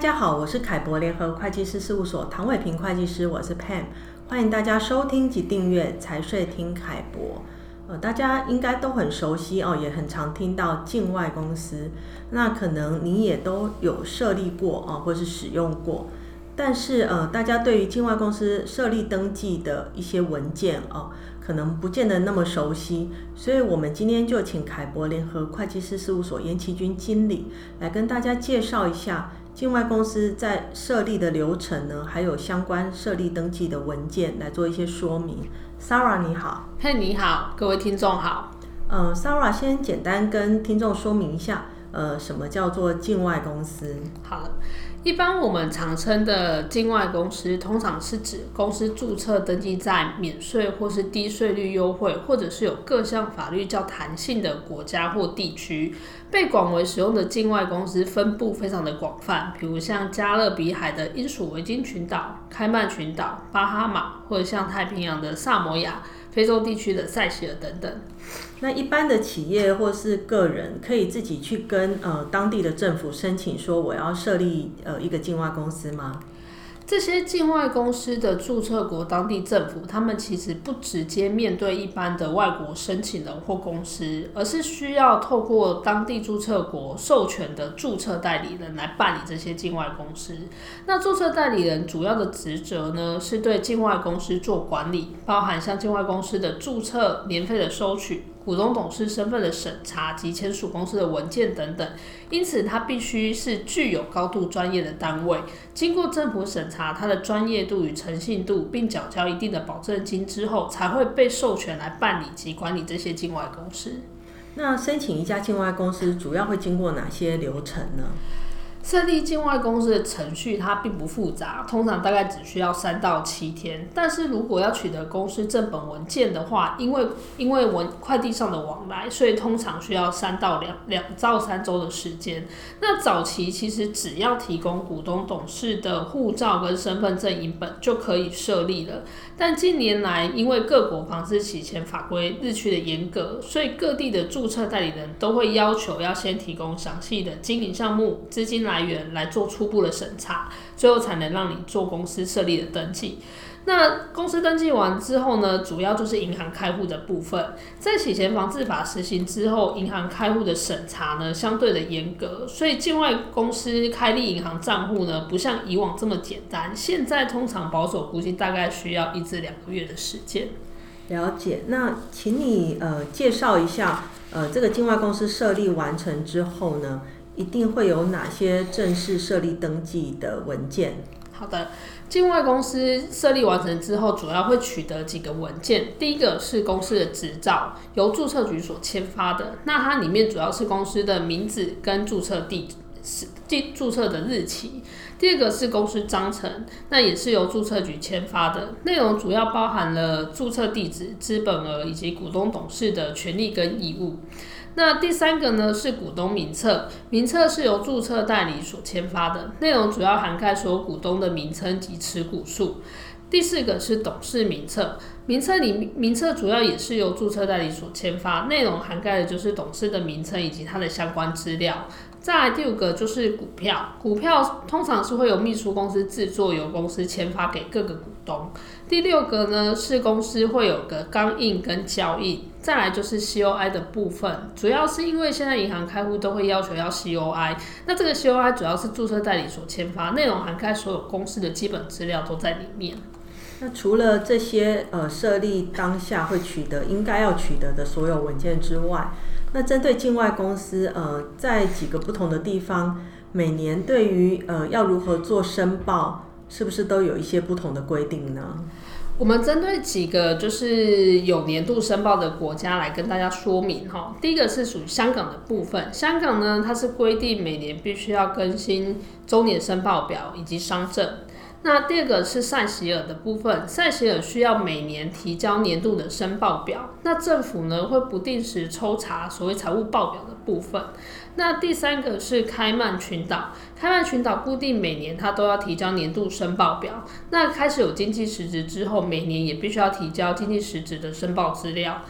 大家好，我是凯博联合会计师事务所唐伟平会计师，我是 Pam， 欢迎大家收听及订阅财税听凯博。大家应该都很熟悉哦，也很常听到境外公司，那可能你也都有设立过哦，或是使用过。但是大家对于境外公司设立登记的一些文件哦，可能不见得那么熟悉，所以我们今天就请凯博联合会计师事务所严其君经理来跟大家介绍一下境外公司在设立的流程呢，还有相关设立登记的文件来做一些说明。Sarah 你好。 嘿，你好，各位听众好。 Sarah 先简单跟听众说明一下，什么叫做境外公司？ 好了，一般我们常称的境外公司，通常是指公司注册登记在免税或是低税率优惠，或者是有各项法律较弹性的国家或地区。被广为使用的境外公司分布非常的广泛，比如像加勒比海的英属维京群岛、开曼群岛、巴哈马，或者像太平洋的萨摩亚、非洲地区的塞西尔等等。 那一般的企业或是个人可以自己去跟当地的政府申请说我要设立一个境外公司吗？ 这些境外公司的注册国当地政府，他们其实不直接面对一般的外国申请人或公司，而是需要透过当地注册国授权的注册代理人来办理这些境外公司。那注册代理人主要的职责呢，是对境外公司做管理，包含像境外公司的注册、年费的收取、股东董事身份的审查及签署公司的文件等等，因此它必须是具有高度专业的单位，经过政府审查它的专业度与诚信度，并缴交一定的保证金之后，才会被授权来办理及管理这些境外公司。 那申请一家境外公司主要会经过哪些流程呢？ 设立境外公司的程序它并不复杂，通常大概只需要3到7天。但是如果要取得公司正本文件的话，因为快递上的往来，所以通常需要2到3周的时间。那早期其实只要提供股东董事的护照跟身份证影本就可以设立了。但近年来因为各国防治洗钱法规日趋的严格，所以各地的注册代理人都会要求要先提供详细的经营项目、资金来源来做初步的审查，最后才能让你做公司设立的登记。那公司登记完之后呢，主要就是银行开户的部分。在洗钱防治法实行之后，银行开户的审查呢相对的严格，所以境外公司开立银行账户呢，不像以往这么简单。现在通常保守估计大概需要1至2个月的时间。 了解，那请你介绍一下这个境外公司设立完成之后呢，一定会有哪些正式设立登记的文件？ 好的，境外公司设立完成之后，主要会取得几个文件。第一个是公司的执照，由注册局所签发的。那它里面主要是公司的名字跟注册地址、注册的日期。第二个是公司章程，那也是由注册局签发的，内容主要包含了注册地址、资本额以及股东董事的权利跟义务。那第3个呢是股东名册，名册是由注册代理所签发的，内容主要涵盖所有股东的名称及持股数。第4个是董事名册，名册主要也是由注册代理所签发，内容涵盖的就是董事的名称以及他的相关资料。再来第5个就是股票，股票通常是会由秘书公司制作，由公司签发给各个股东。第6个呢是公司会有个钢印跟交印。再来就是 COI 的部分，主要是因为现在银行开户都会要求要 COI， 那这个 COI 主要是注册代理所签发，内容涵盖所有公司的基本资料都在里面。 那除了这些设立当下会应该要取得的所有文件之外，那针对境外公司在几个不同的地方，每年对于要如何做申报，是不是都有一些不同的规定呢？ 我们针对几个就是有年度申报的国家来跟大家说明哈。第一个是属于香港的部分，香港呢它是规定每年必须要更新周年申报表以及商证。那第2个是塞西尔的部分，塞西尔需要每年提交年度的申报表，那政府呢会不定时抽查所谓财务报表的部分。那第3个是开曼群岛，开曼群岛固定每年它都要提交年度申报表，那开始有经济实质之后，每年也必须要提交经济实质的申报资料。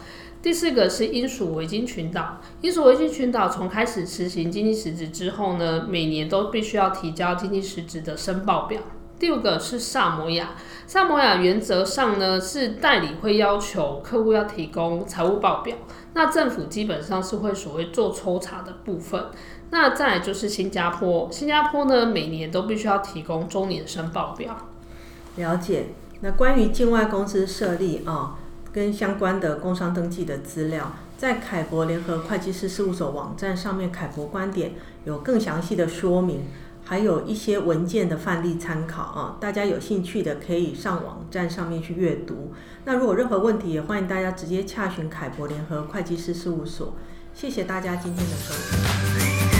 第4个是英属维京群岛。英属维京群岛从开始实行经济实质之后呢，每年都必须要提交经济实质的申报表。第5个是萨摩亚。萨摩亚原则上呢是代理会要求客户要提供财务报表，那政府基本上是会所谓做抽查的部分。那再来就是新加坡。新加坡呢每年都必须要提供周年申报表。 了解。那关于境外公司设立跟相关的工商登记的资料，在凯博联合会计师事务所网站上面，凯博观点有更详细的说明，还有一些文件的范例参考大家有兴趣的可以上网站上面去阅读。那如果任何问题，也欢迎大家直接洽询凯博联合会计师事务所。谢谢大家今天的收听。